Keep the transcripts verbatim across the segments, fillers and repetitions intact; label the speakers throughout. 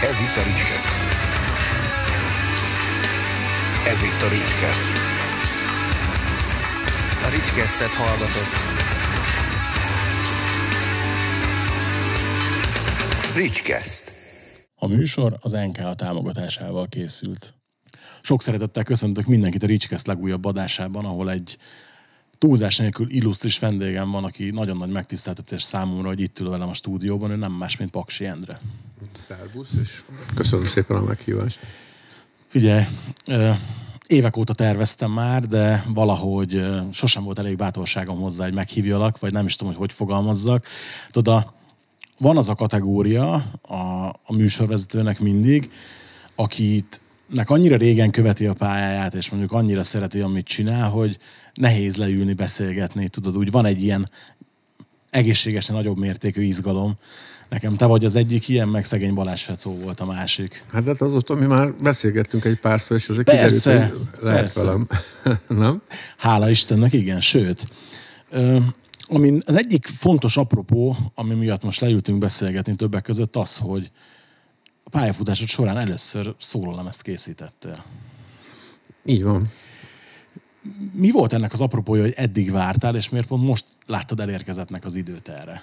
Speaker 1: Ez itt a Ricskeszt. Ez itt a Ricskeszt. A Ricskesztet hallgatott. Ricskeszt.
Speaker 2: A műsor az en ká á támogatásával készült. Sok szeretettel köszöntök mindenkit a Ricskeszt legújabb adásában, ahol egy túlzás nélkül illusztris vendégem van, aki nagyon nagy megtiszteltetés számomra, hogy itt ül velem a stúdióban, ő nem más, mint Paksi Endre.
Speaker 3: Szervusz, és köszönöm szépen a meghívást.
Speaker 2: Figyelj, évek óta terveztem már, de valahogy sosem volt elég bátorságom hozzá, hogy meghívjalak, vagy nem is tudom, hogy hogy fogalmazzak. Tudod, van az a kategória a, a műsorvezetőnek mindig, akit nek annyira régen követi a pályáját, és mondjuk annyira szereti, amit csinál, hogy nehéz leülni, beszélgetni, tudod, úgy van egy ilyen egészségesen nagyobb mértékű izgalom. Nekem te vagy az egyik ilyen, meg szegény Balázs Fecó volt a másik.
Speaker 3: Hát, hát azóta mi már beszélgettünk egy párszor, és ezek
Speaker 2: persze,
Speaker 3: kiderült, hogy lehet
Speaker 2: persze.
Speaker 3: velem. Nem?
Speaker 2: Hála Istennek, igen, sőt. Ö, ami az egyik fontos apropó, ami miatt most leültünk beszélgetni többek között az, hogy a pályafutásod során először szólólemezt készítettél.
Speaker 3: Így van.
Speaker 2: Mi volt ennek az apropója, hogy eddig vártál, és miért pont most láttad elérkezettnek az időt erre?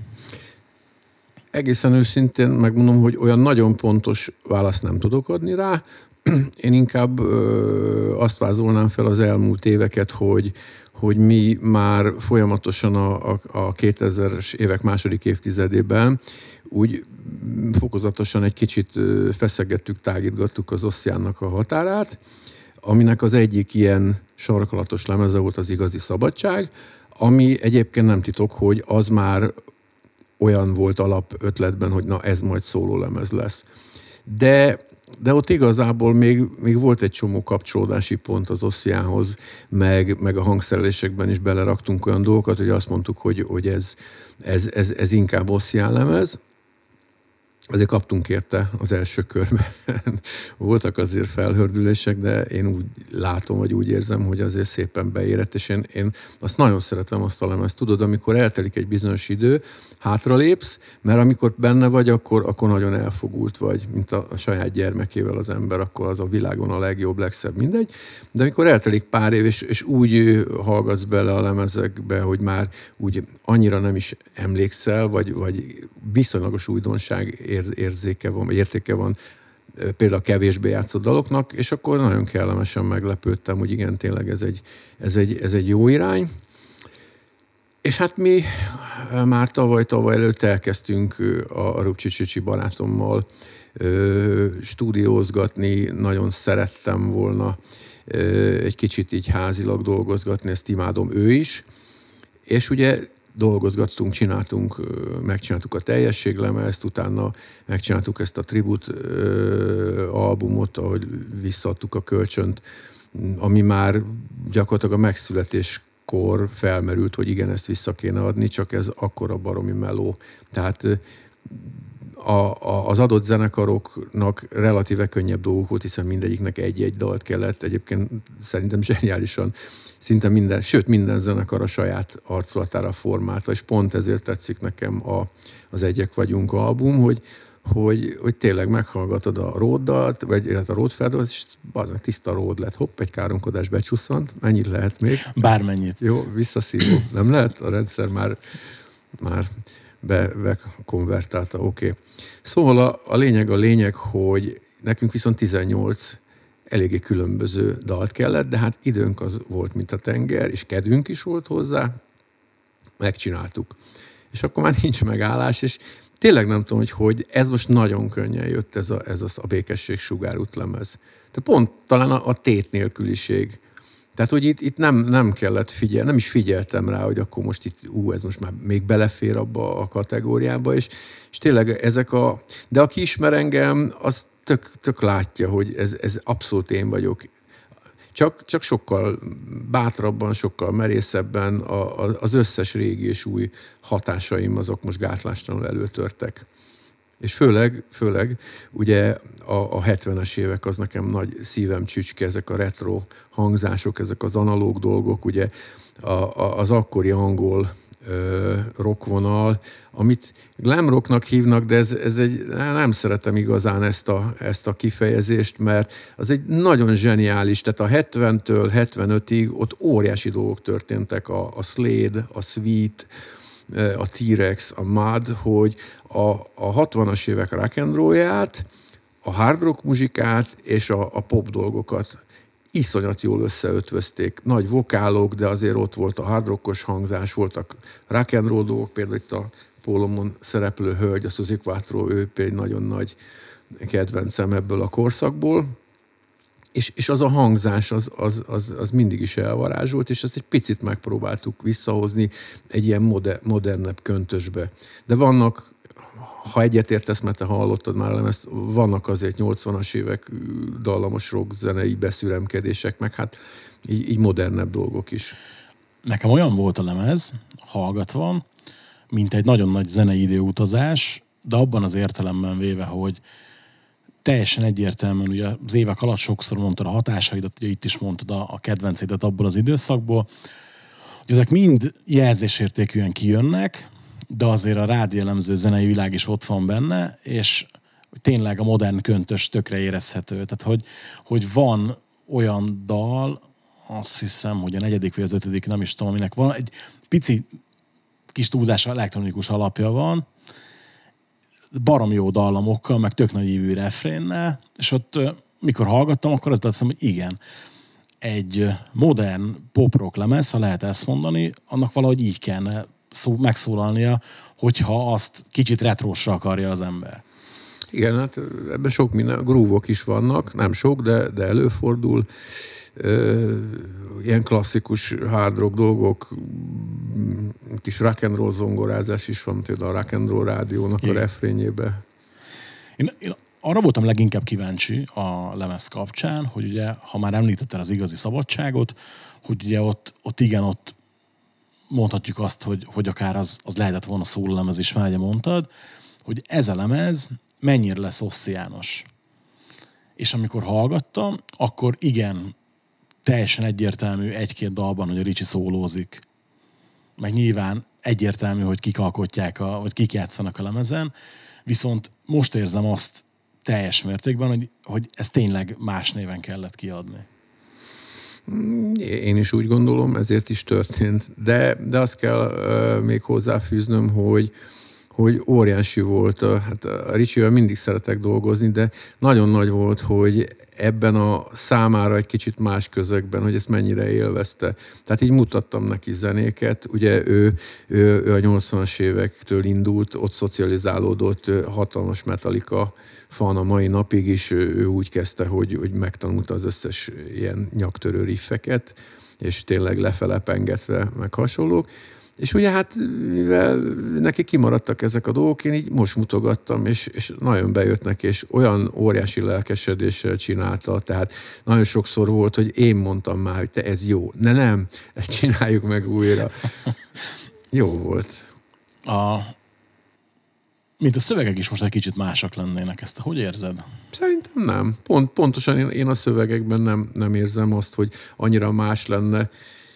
Speaker 3: Egészen őszintén megmondom, hogy olyan nagyon pontos választ nem tudok adni rá. Én inkább ö, azt vázolnám fel az elmúlt éveket, hogy, hogy mi már folyamatosan a, a, a kétezres évek második évtizedében úgy fokozatosan egy kicsit feszegettük, tágítgattuk az oszceánnak a határát, aminek az egyik ilyen sarkalatos lemeze volt az Igazi Szabadság, ami egyébként nem titok, hogy az már olyan volt alap ötletben, hogy na ez majd szólólemez lesz. De, de ott igazából még, még volt egy csomó kapcsolódási pont az oszceánhoz, meg, meg a hangszerelésekben is beleraktunk olyan dolgokat, hogy azt mondtuk, hogy, hogy ez, ez, ez, ez inkább oszceánlemez. Azért kaptunk érte az első körben. Voltak azért felhördülések, de én úgy látom, vagy úgy érzem, hogy azért szépen beérett, és én, én azt nagyon szeretem azt a lemezt. Tudod, amikor eltelik egy bizonyos idő, hátralépsz, mert amikor benne vagy, akkor, akkor nagyon elfogult vagy, mint a, a saját gyermekével az ember, akkor az a világon a legjobb, legszebb, mindegy. De amikor eltelik pár év, és, és úgy hallgatsz bele a lemezekbe, hogy már úgy annyira nem is emlékszel, vagy, vagy viszonylagos újdonság érzéke van, értéke van például kevésbé játszott daloknak, és akkor nagyon kellemesen meglepődtem, hogy igen, tényleg ez egy, ez egy, ez egy jó irány. És hát mi már tavaly-tavaly előtt elkezdtünk a Rupcsi barátommal stúdiózgatni, nagyon szerettem volna egy kicsit így házilag dolgozgatni, ezt imádom, ő is. És ugye dolgozgattunk, csináltunk, megcsináltuk a teljességlemezt, utána megcsináltuk ezt a tribut albumot, ahogy visszaadtuk a kölcsönt, ami már gyakorlatilag a megszületéskor felmerült, hogy igen, ezt vissza kéne adni, csak ez akkora baromi meló. Tehát a, a, az adott zenekaroknak relatíve könnyebb dolguk volt, hiszen mindegyiknek egy-egy dalt kellett. Egyébként szerintem zseniálisan szinte minden, sőt minden zenekar a saját arculatára formálta, és pont ezért tetszik nekem a, az Egyek vagyunk album, hogy, hogy, hogy tényleg meghallgatod a róddalt, vagy illetve a ródfeldalt, és bazdmeg tiszta ród lett. Hopp, egy káromkodás becsusszant. Mennyit lehet még?
Speaker 2: Bármennyit.
Speaker 3: Jó, visszaszívó. Nem lehet? A rendszer már, már be, be konvertálta. Oké. Okay. Szóval a, a lényeg a lényeg, hogy nekünk viszont tizennyolc eléggé különböző dalt kellett, de hát időnk az volt, mint a tenger, és kedvünk is volt hozzá, megcsináltuk. És akkor már nincs megállás, és tényleg nem tudom, hogy hogy, ez most nagyon könnyen jött, ez a, ez a békesség sugárút lemez. De pont talán a, a tét nélküliség. Tehát, hogy itt, itt nem, nem kellett figyelni, nem is figyeltem rá, hogy akkor most itt, ú, ez most már még belefér abba a kategóriába, és, és tényleg ezek a... De aki ismer engem, az tök, tök látja, hogy ez, ez abszolút én vagyok. Csak, csak sokkal bátrabban, sokkal merészebben a, a, az összes régi és új hatásaim azok most gátlástalanul előtörtek. És főleg, főleg ugye a, a hetvenes évek az nekem nagy szívem csücske, ezek a retro hangzások, ezek az analóg dolgok, ugye a, a, az akkori angol rockvonal, amit glam rocknak hívnak, de ez, ez egy, nem szeretem igazán ezt a, ezt a kifejezést, mert az egy nagyon zseniális, tehát a hetventől hetvenötig ott óriási dolgok történtek, a, a Slade, a Sweet, a T-Rex, a Mud, hogy a, a hatvanas évek rock and rollját, a hard rock muzsikát és a, a pop dolgokat iszonyat jól összeötvözték. Nagy vokálok, de azért ott volt a hard rockos hangzás, voltak rock and roll dolgok, például itt a pólomon szereplő hölgy, a Suzi Quattro, ő egy nagyon nagy kedvencem ebből a korszakból. És, és az a hangzás, az, az, az, az mindig is elvarázsolt, és ezt egy picit megpróbáltuk visszahozni egy ilyen moder, modernebb köntösbe. De vannak, ha egyetértesz, mert te hallottad már a lemezt, vannak azért nyolcvanas évek dallamos rock zenei beszüremkedések, meg hát így, így modernebb dolgok is.
Speaker 2: Nekem olyan volt a lemez, hallgatva, mint egy nagyon nagy zenei időutazás, de abban az értelemben véve, hogy teljesen egyértelműen, ugye az évek alatt sokszor mondtad a hatásaidat, ugye itt is mondtad a, a kedvencédet abból az időszakból, hogy ezek mind jelzésértékűen kijönnek, de azért a rádióelemző zenei világ is ott van benne, és tényleg a modern köntös tökre érezhető. Tehát, hogy, hogy van olyan dal, azt hiszem, hogy a negyedik vagy az ötödik, nem is tudom, aminek van egy pici kis túlzása, elektronikus alapja van, barom jó dallamokkal, meg tök nagy ívű refrénnel, és ott mikor hallgattam, akkor azt hiszem, hogy igen, egy modern pop-rock lemez, ha lehet ezt mondani, annak valahogy így kellene szó, megszólalnia, hogyha azt kicsit retrósra akarja az ember.
Speaker 3: Igen, hát ebben sok minden, groove-ok is vannak, nem sok, de, de előfordul. Ilyen klasszikus hard rock dolgok, kis rock and roll zongorázás is van, például a Rock and Roll Rádiónak a refrényébe.
Speaker 2: Én, én arra voltam leginkább kíváncsi a lemez kapcsán, hogy ugye, ha már említetted az igazi szabadságot, hogy ugye ott, ott igen, ott mondhatjuk azt, hogy, hogy akár az, az lehetett volna szólólemez is, már ugye mondtad, hogy ez a lemez mennyire lesz ossziános. És amikor hallgattam, akkor igen, teljesen egyértelmű egy-két dalban, hogy a Ricsi szólózik. Meg nyilván egyértelmű, hogy kik alkotják, a, vagy kik játszanak a lemezen, viszont most érzem azt teljes mértékben, hogy, hogy ez tényleg más néven kellett kiadni.
Speaker 3: Én is úgy gondolom, ezért is történt. De, de azt kell uh, még hozzáfűznöm, hogy hogy óriási volt, a, hát a Ricsivel mindig szeretek dolgozni, de nagyon nagy volt, hogy ebben a számára egy kicsit más közegben, hogy ezt mennyire élvezte. Tehát így mutattam neki zenéket, ugye ő, ő, ő a nyolcvanas évektől indult, ott szocializálódott, hatalmas Metallica fan a mai napig is, ő úgy kezdte, hogy, hogy megtanulta az összes ilyen nyaktörő riffeket, és tényleg lefele pengetve, meg hasonlók. És ugye hát, mivel neki kimaradtak ezek a dolgok, én így most mutogattam, és, és nagyon bejött neki, és olyan óriási lelkesedéssel csinálta, tehát nagyon sokszor volt, hogy én mondtam már, hogy te ez jó. Ne nem, ezt csináljuk meg újra. Jó volt.
Speaker 2: A, mint a szövegek is most egy kicsit másak lennének, ezt hogy érzed?
Speaker 3: Szerintem nem. Pont, pontosan én, én a szövegekben nem, nem érzem azt, hogy annyira más lenne.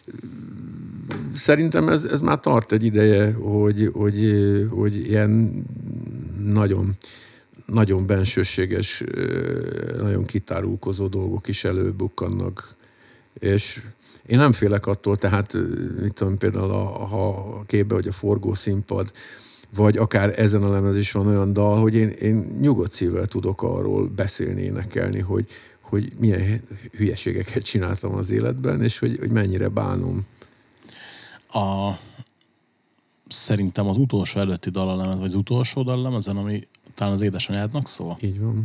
Speaker 3: Szerintem ez, ez már tart egy ideje, hogy, hogy, hogy ilyen nagyon, nagyon bensőséges, nagyon kitárulkozó dolgok is előbukkannak. És én nem félek attól, tehát mit tudom, például a, a képbe, vagy a forgószínpad, vagy akár ezen a lemez is van olyan dal, hogy én, én nyugodt szívvel tudok arról beszélni, énekelni, hogy, hogy milyen hülyeségeket csináltam az életben, és hogy, hogy mennyire bánom.
Speaker 2: A, szerintem az utolsó előtti dalalemez, vagy az utolsó dalalemezen, ami talán az édesanyádnak szól.
Speaker 3: Így van.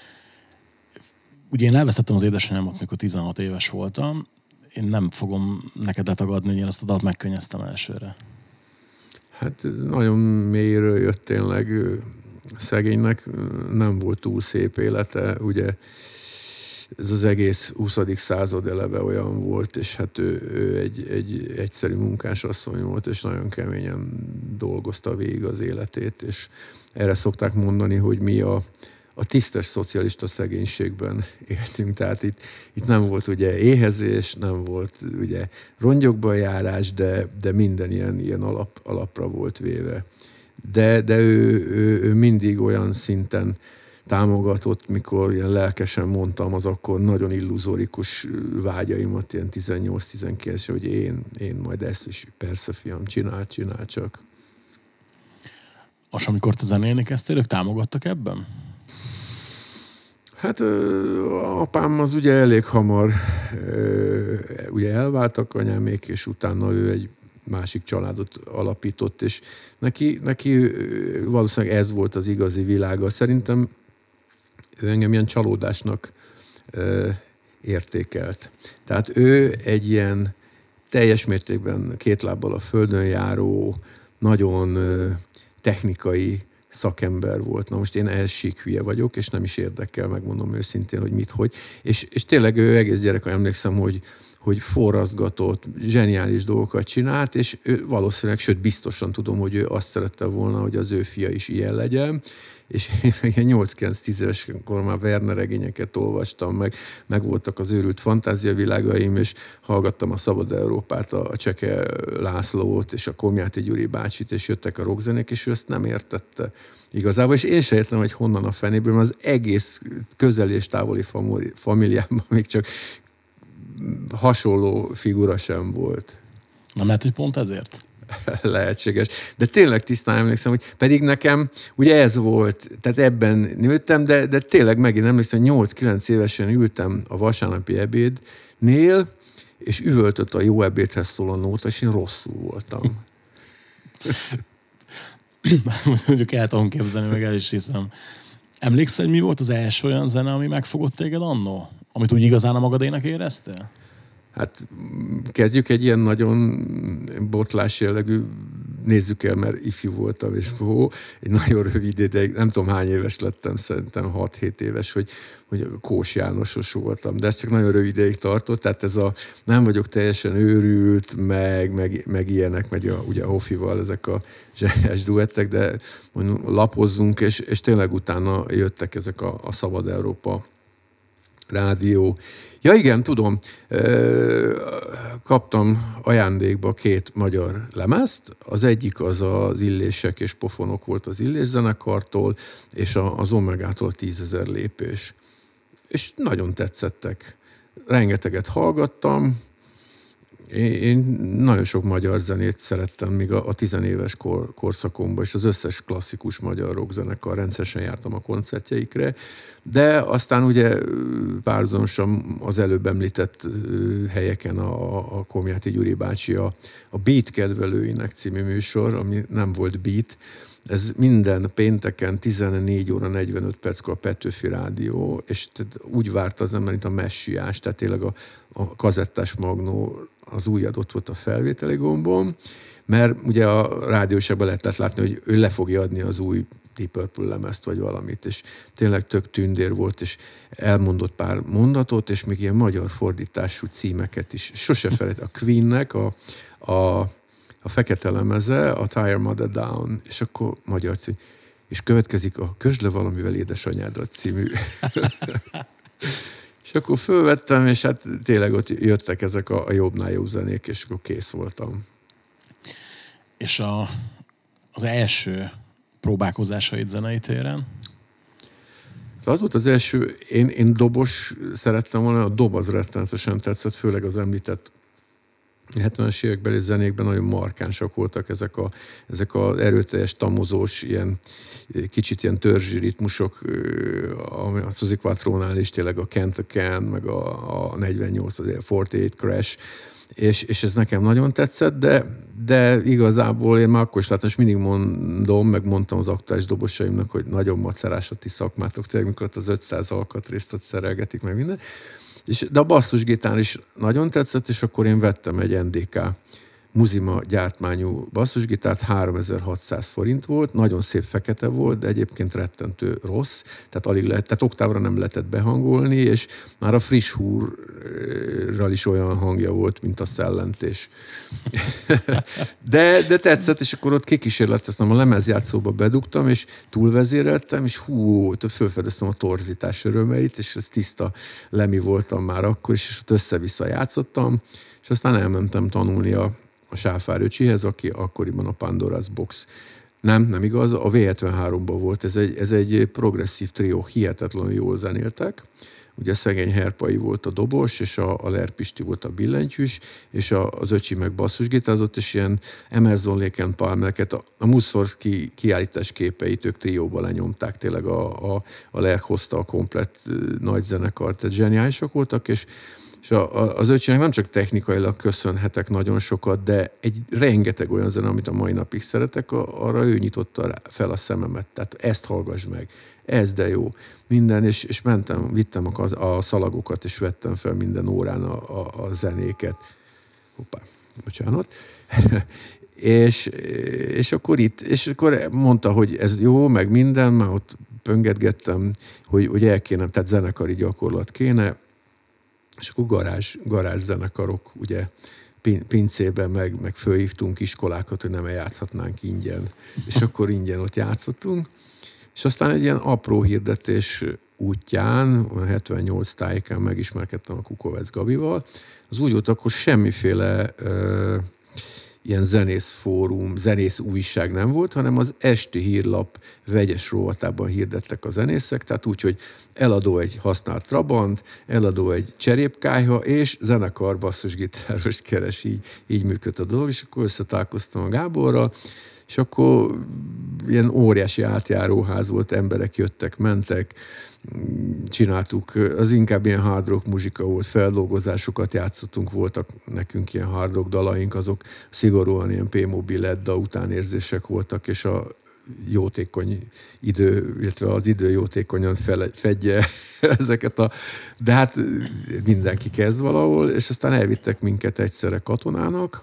Speaker 2: Ugye én elvesztettem az édesanyámat, mikor tizenhat éves voltam. Én nem fogom neked letagadni, hogy én ezt a dalt megkönnyeztem elsőre.
Speaker 3: Hát nagyon mélyről jött tényleg. Szegénynek nem volt túl szép élete, ugye ez az egész huszadik század eleve olyan volt, és hát ő, ő egy, egy egyszerű munkásasszony volt, és nagyon keményen dolgozta végig az életét, és erre szokták mondani, hogy mi a, a tisztes szocialista szegénységben éltünk. Tehát itt, itt nem volt ugye éhezés, nem volt ugye rongyokba járás, de, de minden ilyen, ilyen alap, alapra volt véve. De, de ő, ő, ő mindig olyan szinten támogatott, mikor ilyen lelkesen mondtam az akkor nagyon illuzórikus vágyaimat, ilyen tizennyolc-tizenkilenc, hogy én, én majd ezt is, persze fiam, csinál, csinál csak.
Speaker 2: És amikor te zenélni kezdtél, ők támogattak ebben?
Speaker 3: Hát apám az ugye elég hamar ugye elváltak anyámék, és utána ő egy másik családot alapított, és neki, neki valószínűleg ez volt az igazi világa. Szerintem ő engem ilyen csalódásnak ö, értékelt. Tehát ő egy ilyen teljes mértékben két lábbal a földön járó, nagyon ö, technikai szakember volt. Na most én ehhez sík hülye vagyok, és nem is érdekel, megmondom őszintén, hogy mit, hogy. És, és tényleg ő egész gyerek, emlékszem, hogy hogy forraszgatott, zseniális dolgokat csinált, és ő valószínűleg, sőt biztosan tudom, hogy ő azt szerette volna, hogy az ő fia is ilyen legyen, és én nyolc-kilenc-tíz éveskor már Werner regényeket olvastam, meg, meg voltak az őrült fantáziavilágaim, és hallgattam a Szabad Európát, a Cseke Lászlót, és a Komjáti Gyuri bácsit, és jöttek a rockzenék, és ő ezt nem értette igazából, és én sem értem, hogy honnan a fenéből, mert az egész közeli és távoli familiámban még csak hasonló figura sem volt.
Speaker 2: Nem lehet, hogy pont ezért?
Speaker 3: Lehetséges. De tényleg tisztán emlékszem, hogy pedig nekem ugye ez volt, tehát ebben nőttem, de, de tényleg megint emlékszem, hogy nyolc-kilenc évesen ültem a vasárnapi ebédnél, és üvöltött a jó ebédhez szól a nóta, és én rosszul voltam.
Speaker 2: Mondjuk el tudom képzelni, meg el is hiszem. Emlékszel, hogy mi volt az első olyan zene, ami megfogott téged annó? Amit úgy igazán a magadénak éreztél?
Speaker 3: Hát kezdjük egy ilyen nagyon botlás jellegű, nézzük el, mert ifjú voltam, és ó, egy nagyon rövid ideig, nem tudom hány éves lettem, szerintem hat-hét éves, hogy, hogy Kós Jánosos voltam, de ez csak nagyon rövid ideig tartott, tehát ez a nem vagyok teljesen őrült, meg, meg, meg ilyenek, meg a, ugye a Hofival ezek a zseniás duettek, de mondjuk lapozzunk, és, és tényleg utána jöttek ezek a, a Szabad Európa rádió. Ja igen, tudom, kaptam ajándékba két magyar lemezt, az egyik az az Illések és Pofonok volt az Illés zenekartól, és az Omegától tízezer lépés. És nagyon tetszettek. Rengeteget hallgattam, én nagyon sok magyar zenét szerettem, még a, a tizenéves kor, korszakomban, és az összes klasszikus magyar rockzenekar, rendszeresen jártam a koncertjeikre, de aztán ugye párhuzamosan az előbb említett helyeken a, a Komjáti Gyuri bácsi a, a Beat kedvelőinek című műsor, ami nem volt Beat, ez minden pénteken tizennégy óra negyvenöt perckor a Petőfi Rádió, és úgy várt az ember, mint a messiás, tehát tényleg a, a kazettás magnó, az ujjad ott volt a felvételi gombon, mert ugye a rádióságban lehetett látni, hogy ő le fogja adni az új Deep Purple lemezt, vagy valamit, és tényleg tök tündér volt, és elmondott pár mondatot, és még ilyen magyar fordítású címeket is. Sose felejt, a Queennek a, a, a fekete lemeze, a Tire Mother Down, és akkor magyar cím. És következik a Közsd le valamivel édesanyádat című. És akkor fölvettem, és hát tényleg ott jöttek ezek a, a jobbnál jobb zenék, és akkor kész voltam.
Speaker 2: És a, az első próbálkozásaid zenei téren?
Speaker 3: Az volt az első, én, én dobos szerettem volna, a dob az rettenetesen tetszett, főleg az említett hetvenes évekbeli zenékben nagyon markánsak voltak ezek a, ezek az erőteljes, tamozós, ilyen, kicsit ilyen törzsi ritmusok, ami a Suzy Quattrónál is tényleg a Can to Can, meg a, a negyvennyolc, a negyvennyolc Crash, és, és ez nekem nagyon tetszett, de, de igazából én már akkor is láttam, és mindig mondom, meg mondtam az aktuális dobosaimnak, hogy nagyon macerás a ti szakmátok, tényleg mikor az ötszáz alkatrészt ott szerelgetik meg minden. És, de a basszusgitár is nagyon tetszett, és akkor én vettem egy en dé ká Muzima gyártmányú basszusgitárt, háromezer-hatszáz forint volt, nagyon szép fekete volt, de egyébként rettentő rossz, tehát alig lehet, tehát oktávra nem lehetett behangolni, és már a friss húrral is olyan hangja volt, mint a szellentés. de, de tetszett, és akkor ott kikísérleteztem, a lemezjátszóba bedugtam, és túlvezéreltem, és hú, ott fölfedeztem a torzítás örömeit, és ez tiszta lemi voltam már akkor is, és ott össze-vissza játszottam, és aztán elmentem tanulni a, a Sáfár öcsihez, aki akkoriban a Pandora's Box. Nem, nem igaz, a vé hetvenháromban volt, ez egy, ez egy progresszív trió, hihetetlenül jól zenéltek. Ugye Szegény Herpai volt a dobos, és a, a Ler Pisti volt a billentyűs, és a, az öcsi meg basszusgitázott, és ilyen Emerson, Lake and Palmerket, a, a Mussorgsky kiállítás képeit ők trióba lenyomták, tényleg a, a, a Ler hozta a komplett nagy zenekart, tehát zseniálisak voltak, és És a, a, az öcsinek nem csak technikailag köszönhetek nagyon sokat, de egy rengeteg olyan zene, amit a mai napig szeretek, a, arra ő nyitotta fel a szememet. Tehát ezt hallgass meg, ez de jó. Minden, és, és mentem, vittem a, a szalagokat, és vettem fel minden órán a, a, a zenéket. Hoppá, bocsánat. és, és akkor itt, és akkor mondta, hogy ez jó, meg minden, már ott pöngetgettem, hogy, hogy el kéne, tehát zenekari gyakorlat kéne, és akkor garázs, garázs zenekarok, ugye, pincében meg, meg fölhívtunk iskolákat, hogy nem eljátszhatnánk ingyen. És akkor ingyen ott játszottunk. És aztán egy ilyen apró hirdetés útján, a hetvennyolc tájékán megismerkedtem a Kukovec Gabival. Az úgy volt, akkor semmiféle ö, ilyen zenész fórum, zenész újság nem volt, hanem az esti hírlap vegyes rovatában hirdettek a zenészek, tehát úgy, hogy eladó egy használt Trabant, eladó egy cserépkályha, és zenekar basszusgitáros keres, így, így működött a dolog, és akkor összetalálkoztam a Gáborral, és akkor ilyen óriási átjáróház volt, emberek jöttek, mentek, csináltuk, az inkább ilyen hard rock muzsika volt, feldolgozásokat játszottunk, voltak nekünk ilyen hard rock dalaink, azok szigorúan ilyen P-mobil ledda utánérzések voltak, és a jótékony idő, illetve az idő jótékonyan fele, fedje ezeket a... De hát mindenki kezd valahol, és aztán elvittek minket egyszerre katonának,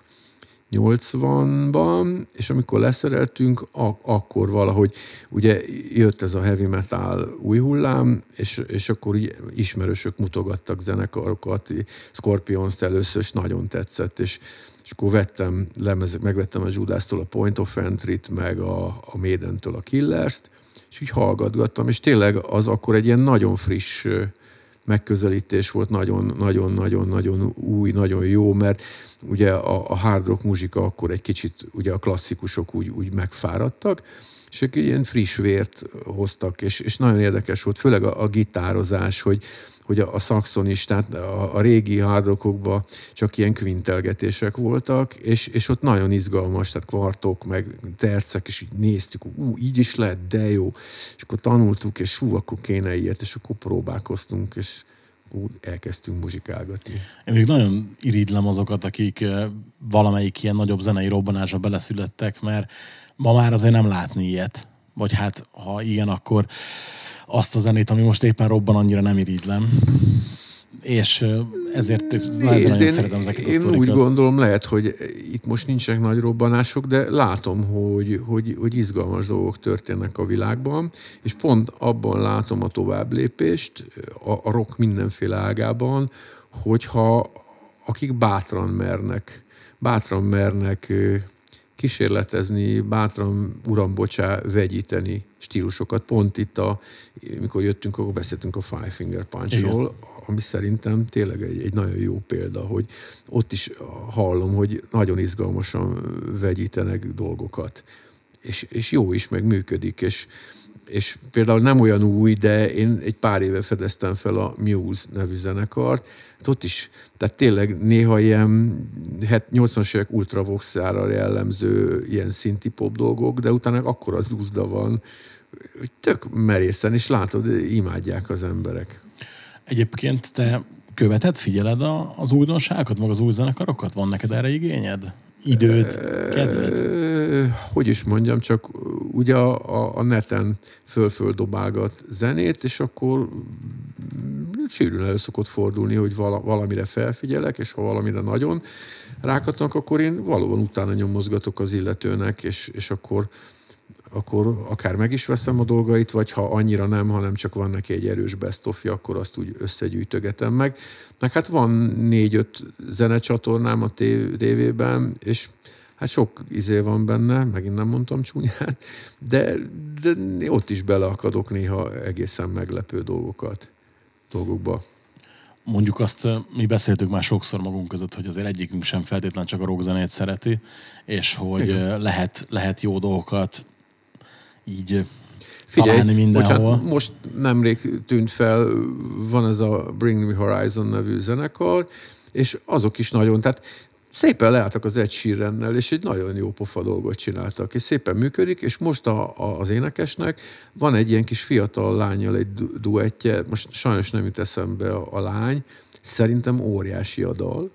Speaker 3: nyolcvanban, és amikor leszereltünk, ak- akkor valahogy ugye jött ez a heavy metal új hullám, és, és akkor ismerősök mutogattak zenekarokat, Scorpions-t először, és nagyon tetszett, és, és akkor vettem, lemezek, megvettem a Judas-tól a Point of Entry-t, meg a, a Maidentől a Killers-t, és úgy hallgatgattam, és tényleg az akkor egy ilyen nagyon friss megközelítés volt, nagyon-nagyon-nagyon-nagyon új, nagyon jó, mert ugye a, a hard rock muzsika akkor egy kicsit, ugye a klasszikusok úgy, úgy megfáradtak, és ők ilyen friss vért hoztak, és, és nagyon érdekes volt, főleg a, a gitározás, hogy, hogy a, a szaxon is, tehát a, a régi hard rockokban csak ilyen kvintelgetések voltak, és, és ott nagyon izgalmas, tehát kvartok, meg tercek, és így néztük, ú, így is lehet, de jó. És akkor tanultuk, és hú, akkor kéne ilyet, és akkor próbálkoztunk, és úgy elkezdtünk muzsikálgatni.
Speaker 2: Én még nagyon irigylem azokat, akik valamelyik ilyen nagyobb zenei robbanásra beleszülettek, mert ma már azért nem látni ilyet. Vagy hát, ha igen, akkor azt a zenét, ami most éppen robban, annyira nem irigylem. És ezért nagyon
Speaker 3: én,
Speaker 2: szeretem ezeket a
Speaker 3: Én
Speaker 2: sztorikat.
Speaker 3: úgy gondolom, lehet, hogy itt most nincsenek nagy robbanások, de látom, hogy, hogy, hogy izgalmas dolgok történnek a világban, és pont abban látom a továbblépést, a, a rock mindenféle ágában, hogyha akik bátran mernek, bátran mernek kísérletezni, bátran, uram, bocsá, vegyíteni stílusokat. Pont itt, a, mikor jöttünk, akkor beszéltünk a Five Finger Punch-ról, ami szerintem tényleg egy, egy nagyon jó példa, hogy ott is hallom, hogy nagyon izgalmasan vegyítenek dolgokat. És, és jó is, meg működik, és, és például nem olyan új, de én egy pár éve fedeztem fel a Muse nevű zenekart, hát ott is, tehát tényleg néha ilyen nyolcvanas évek ultravoxára jellemző ilyen szinti pop dolgok, de utána akkora zúzda van, hogy tök merészen, és látod, imádják az emberek.
Speaker 2: Egyébként te követed, figyeled a, az újdonságokat, meg az új zenekarokat? Van neked erre igényed? Időd, kedved?
Speaker 3: Hogy is mondjam, csak ugye a, a neten föl-föl dobálgat zenét, és akkor sűrűn elő szokott fordulni, hogy vala, valamire felfigyelek, és ha valamire nagyon rákatnak, akkor én valóban utána nyomozgatok az illetőnek, és, és akkor, akkor akár meg is veszem a dolgait, vagy ha annyira nem, hanem csak van neki egy erős best-ofja, akkor azt úgy összegyűjtögetem meg. Meg hát van négy-öt zenecsatornám a tévében, és hát sok izé van benne, megint nem mondtam csúnyát, de, de ott is beleakadok néha egészen meglepő dolgokat, dolgokba.
Speaker 2: Mondjuk azt, mi beszéltük már sokszor magunk között, hogy azért egyikünk sem feltétlenül csak a rockzenét szereti, és hogy lehet, lehet jó dolgokat így
Speaker 3: Figyelj,
Speaker 2: találni mindenhol.
Speaker 3: Bocsánat, most nemrég tűnt fel, van ez a Bring Me Horizon nevű zenekar, és azok is nagyon, tehát szépen leálltak az Ed Sheerannel, és egy nagyon jó pofa dolgot csináltak, és szépen működik, és most a, a, az énekesnek van egy ilyen kis fiatal lányjal egy du- duettje, most sajnos nem jut eszembe a, a lány, szerintem óriási a dal,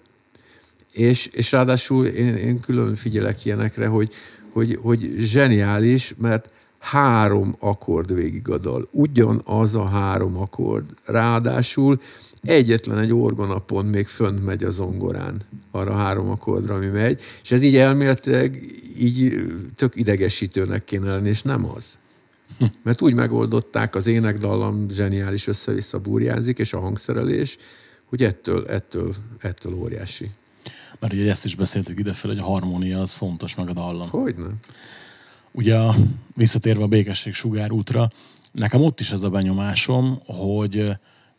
Speaker 3: és, és ráadásul én, én külön figyelek ilyenekre, hogy, hogy, hogy zseniális, mert három akkord végig a dal. Ugyanaz a három akkord. Ráadásul egyetlen egy orgonapon még fönt megy a zongorán, arra a három akkordra, ami megy, és ez így elméletileg így tök idegesítőnek kéne lenni, és nem az. Mert úgy megoldották, az énekdallam zseniális össze-vissza burjánzik, és a hangszerelés, hogy ettől, ettől, ettől óriási.
Speaker 2: Mert ugye ezt is beszéltük idefel, hogy a harmónia az fontos, meg a dallam.
Speaker 3: Hogyne?
Speaker 2: Ugye a, visszatérve a Békesség sugárútra, nekem ott is ez a benyomásom, hogy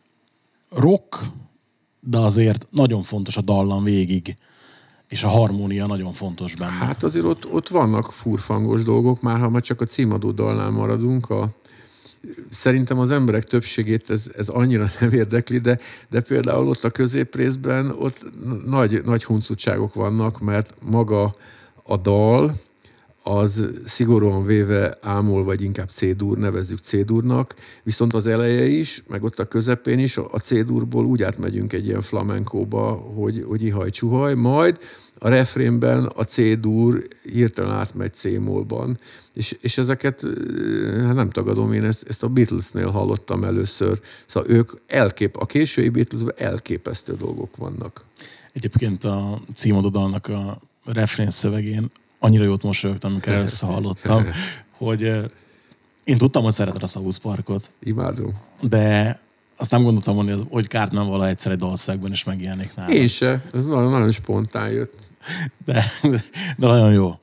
Speaker 2: rock, de azért nagyon fontos a dallam végig, és a harmónia nagyon fontos benne.
Speaker 3: Hát azért ott, ott vannak furfangos dolgok, már ha már csak a címadó dalnál maradunk, a, szerintem az emberek többségét ez, ez annyira nem érdekli, de, de például ott a középrészben ott nagy, nagy huncutságok vannak, mert maga a dal, az szigorúan véve ámol, vagy inkább C-dur, nevezzük C-durnak, viszont az eleje is, meg ott a közepén is, a C-durból úgy átmegyünk egy ilyen flamenkóba, hogy, hogy ihaj-csuhaj, majd a refrénben a C-dur hirtelen átmegy C-molban. És, és ezeket, hát nem tagadom, én ezt, ezt a Beatlesnél hallottam először. Szóval ők elkép, a késői Beatlesben elképesztő dolgok vannak.
Speaker 2: Egyébként a címadó dalnak a refrén szövegén annyira jót mosolyogtam, amikor először hallottam, hogy én tudtam, hogy szereted a South Parkot.
Speaker 3: Imádom.
Speaker 2: De azt nem gondoltam volna, hogy Cartman vala egyszer egy dalszövegben is megjelenik nálam.
Speaker 3: Én se. Ez nagyon, nagyon spontán jött.
Speaker 2: De, de, de nagyon jó.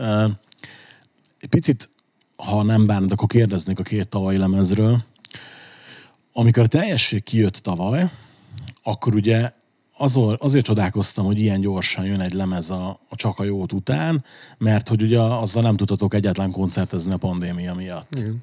Speaker 2: Egy picit, ha nem bánod, akkor kérdeznék a két tavalyi lemezről. Amikor a Teljesség kijött tavaly, akkor ugye azért csodálkoztam, hogy ilyen gyorsan jön egy lemez a, a Csak a jót után, mert hogy ugye azzal nem tudtatok egyáltalán koncertezni a pandémia miatt. Igen.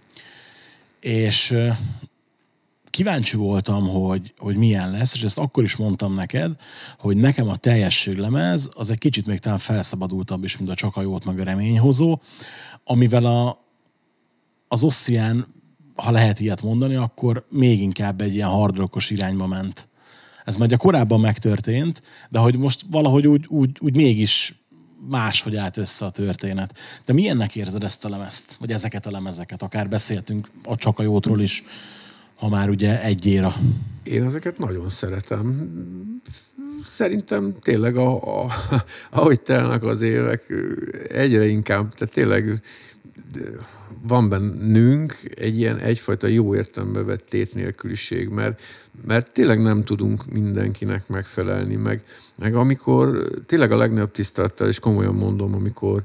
Speaker 2: És kíváncsi voltam, hogy, hogy milyen lesz, és ezt akkor is mondtam neked, hogy nekem a Teljesség lemez az egy kicsit még talán felszabadultabb is, mint a Csak a jót meg a Reményhozó, amivel a, az Ossian, ha lehet ilyet mondani, akkor még inkább egy ilyen hard rockos irányba ment. Ez már korábban megtörtént, de hogy most valahogy úgy, úgy, úgy mégis máshogy állt össze a történet. De milyennek érzed ezt a lemezt? Vagy ezeket a lemezeket? Akár beszéltünk a Csak a jótról is, ha már ugye egy éra.
Speaker 3: Én ezeket nagyon szeretem. Szerintem tényleg, a, a, ahogy telnek az évek, egyre inkább, tehát tényleg van bennünk egy ilyen egyfajta jó értelembe vett tétnélküliség, mert, mert tényleg nem tudunk mindenkinek megfelelni, meg, meg amikor tényleg a legnagyobb tisztelettel, és komolyan mondom, amikor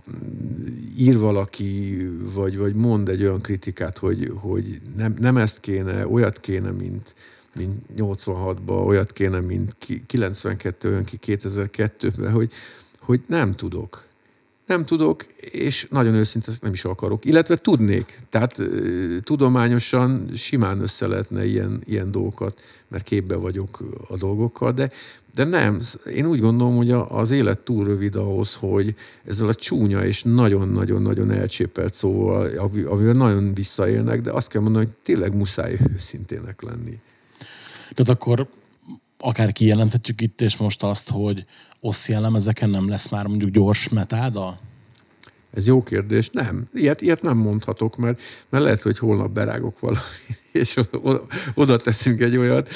Speaker 3: ír valaki, vagy, vagy mond egy olyan kritikát, hogy, hogy nem, nem ezt kéne, olyat kéne, mint, mint nyolcvanhatban, olyat kéne, mint kilencvenkettő, olyan ki kétezer-kettőben, hogy, hogy nem tudok. Nem tudok, és nagyon őszintén nem is akarok. Illetve tudnék. Tehát tudományosan simán össze lehetne ilyen, ilyen dolgokat, mert képbe vagyok a dolgokkal, de, de nem. Én úgy gondolom, hogy az élet túl rövid ahhoz, hogy ezzel a csúnya és nagyon-nagyon-nagyon elcsépelt szóval, amivel nagyon visszaélnek, de azt kell mondani, hogy tényleg muszáj őszintének lenni.
Speaker 2: Tehát akkor akár kijelenthetjük itt és most azt, hogy Ossian lemezeken nem lesz már mondjuk gyors metáldal?
Speaker 3: Ez jó kérdés. Nem. Ilyet, ilyet nem mondhatok, mert, mert lehet, hogy holnap berágok valami, és oda, oda teszünk egy olyat.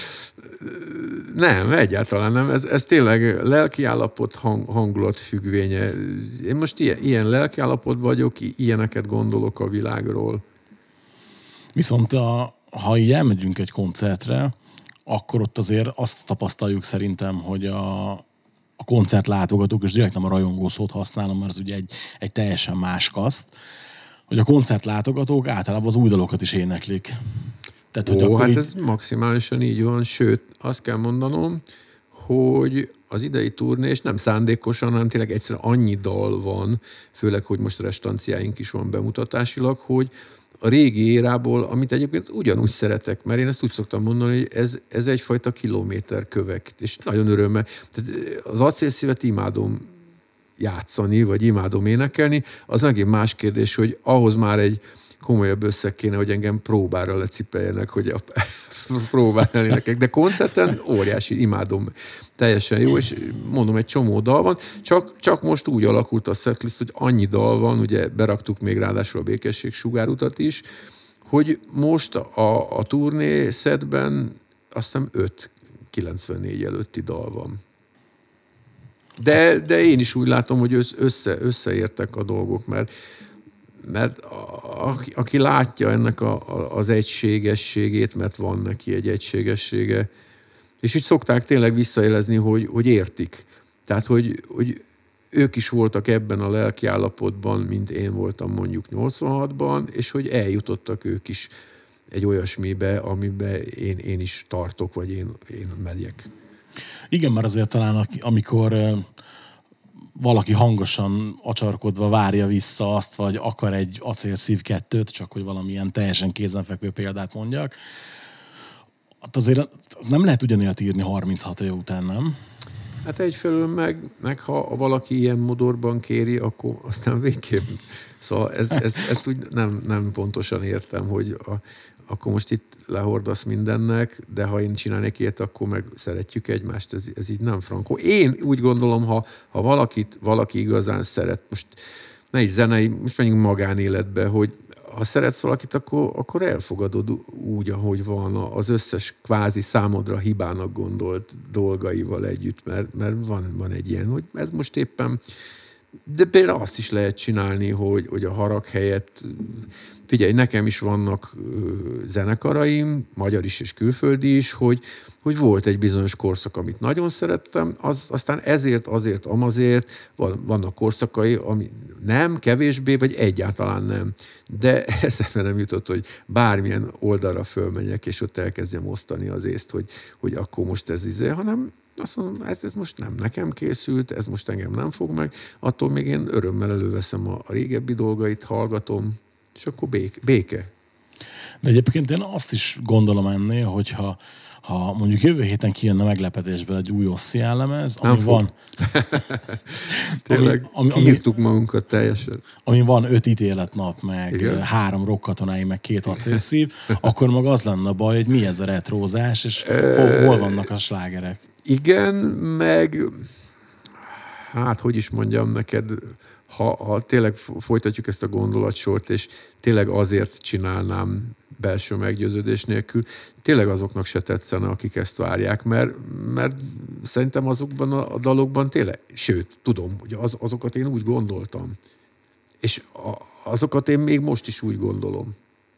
Speaker 3: Nem, egyáltalán nem. Ez, ez tényleg lelkiállapot, hang, hangulat függvénye. Én most ilyen, ilyen lelkiállapotban vagyok, ilyeneket gondolok a világról.
Speaker 2: Viszont a, ha így elmegyünk egy koncertre, akkor ott azért azt tapasztaljuk szerintem, hogy a, a koncertlátogatók, és direkt nem a rajongó szót használom, mert ez ugye egy, egy teljesen más kaszt, hogy a koncertlátogatók általában az új dalokat is éneklik. Tehát,
Speaker 3: Ó,
Speaker 2: hogy akkor
Speaker 3: hát
Speaker 2: így...
Speaker 3: ez maximálisan így van, sőt, azt kell mondanom, hogy az idei turné, és nem szándékosan, hanem tényleg egyszerűen annyi dal van, főleg, hogy most restanciáink is van bemutatásilag, hogy a régi érából, amit egyébként ugyanúgy szeretek, mert én ezt úgy szoktam mondani, hogy ez, ez egyfajta kilométerkövek, és nagyon örömmel. Tehát az acélszívet imádom játszani, vagy imádom énekelni, az megint más kérdés, hogy ahhoz már egy komolyabb összeg kéne, hogy engem próbára lecipeljenek, hogy a próbára énekek. De koncerten óriási, imádom. Teljesen jó, és mondom, egy csomó dal van. Csak, csak most úgy alakult a setlist, hogy annyi dal van, ugye beraktuk még ráadásul a Békesség sugárutat is, hogy most a, a turné setben azt hiszem öt kilencvennégy előtti dal van. De, de én is úgy látom, hogy össze, összeértek a dolgok, mert mert a, aki látja ennek a, a, az egységességét, mert van neki egy egységessége, és így szokták tényleg visszajelezni, hogy, hogy értik. Tehát, hogy, hogy ők is voltak ebben a lelki állapotban, mint én voltam mondjuk nyolcvanhatban, és hogy eljutottak ők is egy olyasmibe, amiben én, én is tartok, vagy én, én megyek.
Speaker 2: Igen, mert azért talán amikor valaki hangosan acsarkodva várja vissza azt, vagy akar egy acélszív kettőt, csak hogy valamilyen teljesen kézenfekvő példát mondjak. Hát azért az nem lehet ugyanilyet írni harminchat év után, nem?
Speaker 3: Hát egyfelől meg, meg ha valaki ilyen modorban kéri, akkor aztán végképp. Szóval ez, ez, ezt úgy nem, nem pontosan értem, hogy a, akkor most itt lehordasz mindennek, de ha én csinálnék ilyet, akkor meg szeretjük egymást, ez, ez így nem frankó. Én úgy gondolom, ha, ha valakit, valaki igazán szeret, most ne is zenei, most menjünk magánéletbe, hogy ha szeretsz valakit, akkor, akkor elfogadod úgy, ahogy van, az összes kvázi számodra hibának gondolt dolgaival együtt, mert, mert van, van egy ilyen, hogy ez most éppen. De például azt is lehet csinálni, hogy, hogy a harag helyett, figyelj, nekem is vannak zenekaraim, magyar is és külföldi is, hogy, hogy volt egy bizonyos korszak, amit nagyon szerettem, az, aztán ezért, azért, amazért van, vannak korszakai, ami nem, kevésbé, vagy egyáltalán nem. De eszembe nem jutott, hogy bármilyen oldalra fölmenjek, és ott elkezdjem osztani az észt, hogy, hogy akkor most ez izé, hanem azt mondom, ez, ez most nem nekem készült, ez most engem nem fog meg, attól még én örömmel előveszem a, a régebbi dolgait, hallgatom, és akkor béke. béke.
Speaker 2: De egyébként én azt is gondolom ennél, hogyha ha mondjuk jövő héten kijönne meglepetésből egy új Ossian lemez, ami
Speaker 3: nem
Speaker 2: van...
Speaker 3: Tényleg ami, ami, kiírtuk magunkat teljesen.
Speaker 2: Ami van öt ítéletnap, meg
Speaker 3: igen,
Speaker 2: három rockkatonái, meg két acélszív, akkor mag az lenne a baj, hogy mi ez a retrózás, és hol, hol vannak a slágerek.
Speaker 3: Igen, meg hát, hogy is mondjam neked, ha, ha tényleg folytatjuk ezt a gondolatsort, és tényleg azért csinálnám belső meggyőződés nélkül, tényleg azoknak se tetszene, akik ezt várják, mert, mert szerintem azokban a dalokban tényleg, sőt, tudom, hogy az, azokat én úgy gondoltam. És a, azokat én még most is úgy gondolom.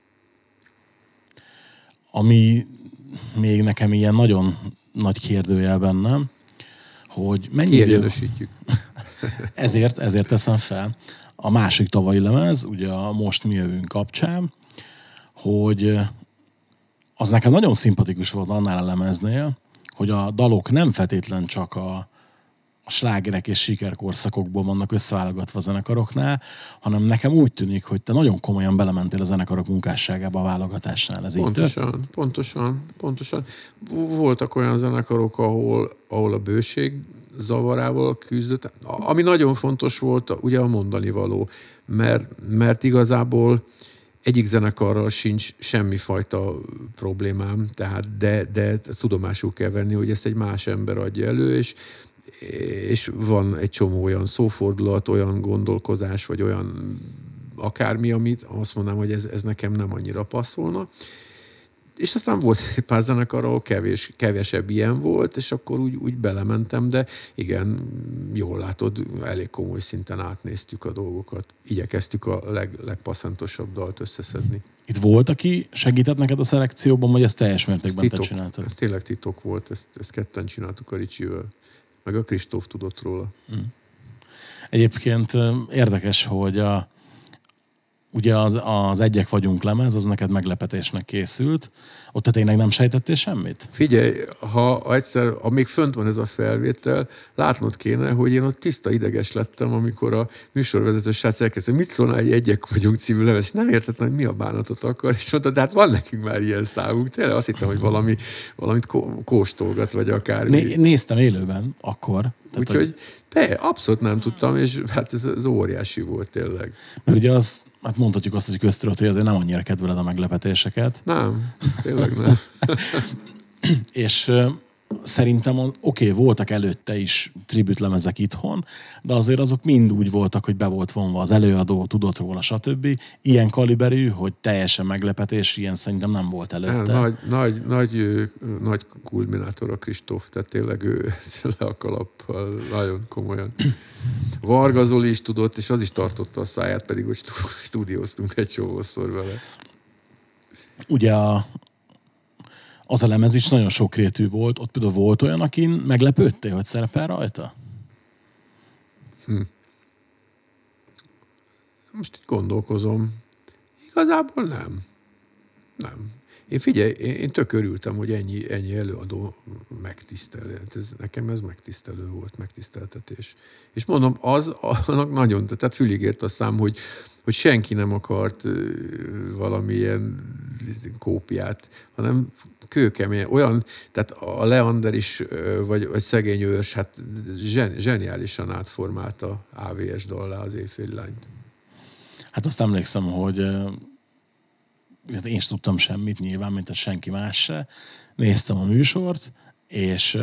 Speaker 2: Ami még nekem ilyen nagyon nagy kérdőjel bennem, hogy mennyi idő... ezért, ezért teszem fel. A másik tavalyi lemez, ugye a Most mi jövünk kapcsán, hogy az nekem nagyon szimpatikus volt annál a lemeznél, hogy a dalok nem feltétlen csak a, a slágerek és sikerkorszakokból vannak összeválogatva a zenekaroknál, hanem nekem úgy tűnik, hogy te nagyon komolyan belementél a zenekarok munkásságába a válogatásnál. Ez
Speaker 3: pontosan,
Speaker 2: így
Speaker 3: pontosan, pontosan. Voltak olyan zenekarok, ahol, ahol a bőség zavarával küzdött. Ami nagyon fontos volt, ugye a mondani való, mert, mert igazából egyik zenekarral sincs semmifajta problémám, tehát de, de ezt tudomásul kell venni, hogy ezt egy más ember adja elő, és és van egy csomó olyan szófordulat, olyan gondolkozás, vagy olyan akármi, amit azt mondanám, hogy ez, ez nekem nem annyira passzolna. És aztán volt egy pár zenekar, ahol kevés, kevesebb ilyen volt, és akkor úgy, úgy belementem, de igen, jól látod, elég komoly szinten átnéztük a dolgokat. Igyekeztük a leg, legpasszantosabb dalt összeszedni.
Speaker 2: Itt volt, aki segített neked a szelekcióban, vagy ezt teljes mértékben te csináltad?
Speaker 3: Ez tényleg titok volt, ezt, ezt ketten csináltuk a Ricsivel. Meg a Kristóf tudott róla.
Speaker 2: Mm. Egyébként érdekes, hogy a ugye az, az Egyek vagyunk lemez, az neked meglepetésnek készült. Ott te tényleg nem sejtettél semmit?
Speaker 3: Figyelj, ha egyszer, amíg fönt van ez a felvétel, látnod kéne, hogy én ott tiszta ideges lettem, amikor a műsorvezető srác elkezdte, mit szólna egy Egyek vagyunk című lemez, és nem értettem, hogy mi a bánatot akar, és mondta, de hát van nekünk már ilyen számunk. Tényleg azt hittem, hogy valami, valamit kó- kóstolgat, vagy akármi.
Speaker 2: Né- néztem élőben akkor.
Speaker 3: Úgyhogy hogy... de, abszolút nem tudtam, és hát ez, ez óriási volt tényleg.
Speaker 2: Mert ugye az, hát mondhatjuk azt, hogy köztudott, hogy azért nem annyira kedveled a meglepetéseket.
Speaker 3: Nem, tényleg nem.
Speaker 2: És uh, szerintem oké, okay, voltak előtte is tribütlemezek itthon, de azért azok mind úgy voltak, hogy be volt vonva az előadó, tudott róla, stb. Ilyen kaliberű, hogy teljesen meglepetés, ilyen szerintem nem volt előtte.
Speaker 3: Nagy, nagy, nagy, nagy kulminátor a Kristóf, tehát tényleg ő le a kalappal, nagyon komolyan. Varga Zoli is tudott, és az is tartotta a száját, pedig hogy stúdióztunk egy csomószor vele.
Speaker 2: Ugye a az a lemez is nagyon sokrétű volt. Ott például volt olyan, akin meglepődtél, hogy szerepel rajta?
Speaker 3: Hm. Most így gondolkozom. Igazából nem. Nem. Én figyelj, én, én tök örültem, hogy ennyi, ennyi előadó megtisztelő. Ez, nekem ez megtisztelő volt, megtiszteltetés. És mondom, az annak nagyon, tehát fülig ért a szám, hogy, hogy senki nem akart valamilyen kópiát, hanem kőkemény. Olyan, tehát a Leander is, vagy, vagy Szegény Őrs, hát zsen, zseniálisan átformálta á vé es dallá az Éjféli lányt.
Speaker 2: Hát azt emlékszem, hogy hát én sem tudtam semmit nyilván, mint a senki más se. Néztem a műsort, és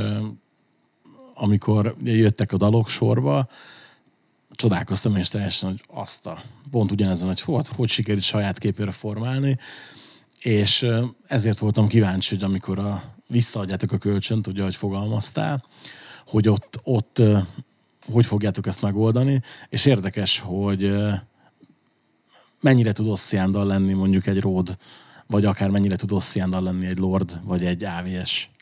Speaker 2: amikor jöttek a dalok sorba, csodálkoztam és teljesen, hogy azt a pont ugyanezen, hogy hogy, hogy sikerült saját képére formálni, és ezért voltam kíváncsi, hogy amikor a, visszaadjátok a kölcsönt, ugye, ahogy fogalmaztál, hogy ott, ott hogy fogjátok ezt megoldani, és érdekes, hogy mennyire tud oszciándal lenni mondjuk egy Ród, vagy akár mennyire tud oszciándal lenni egy Lord, vagy egy á vé es.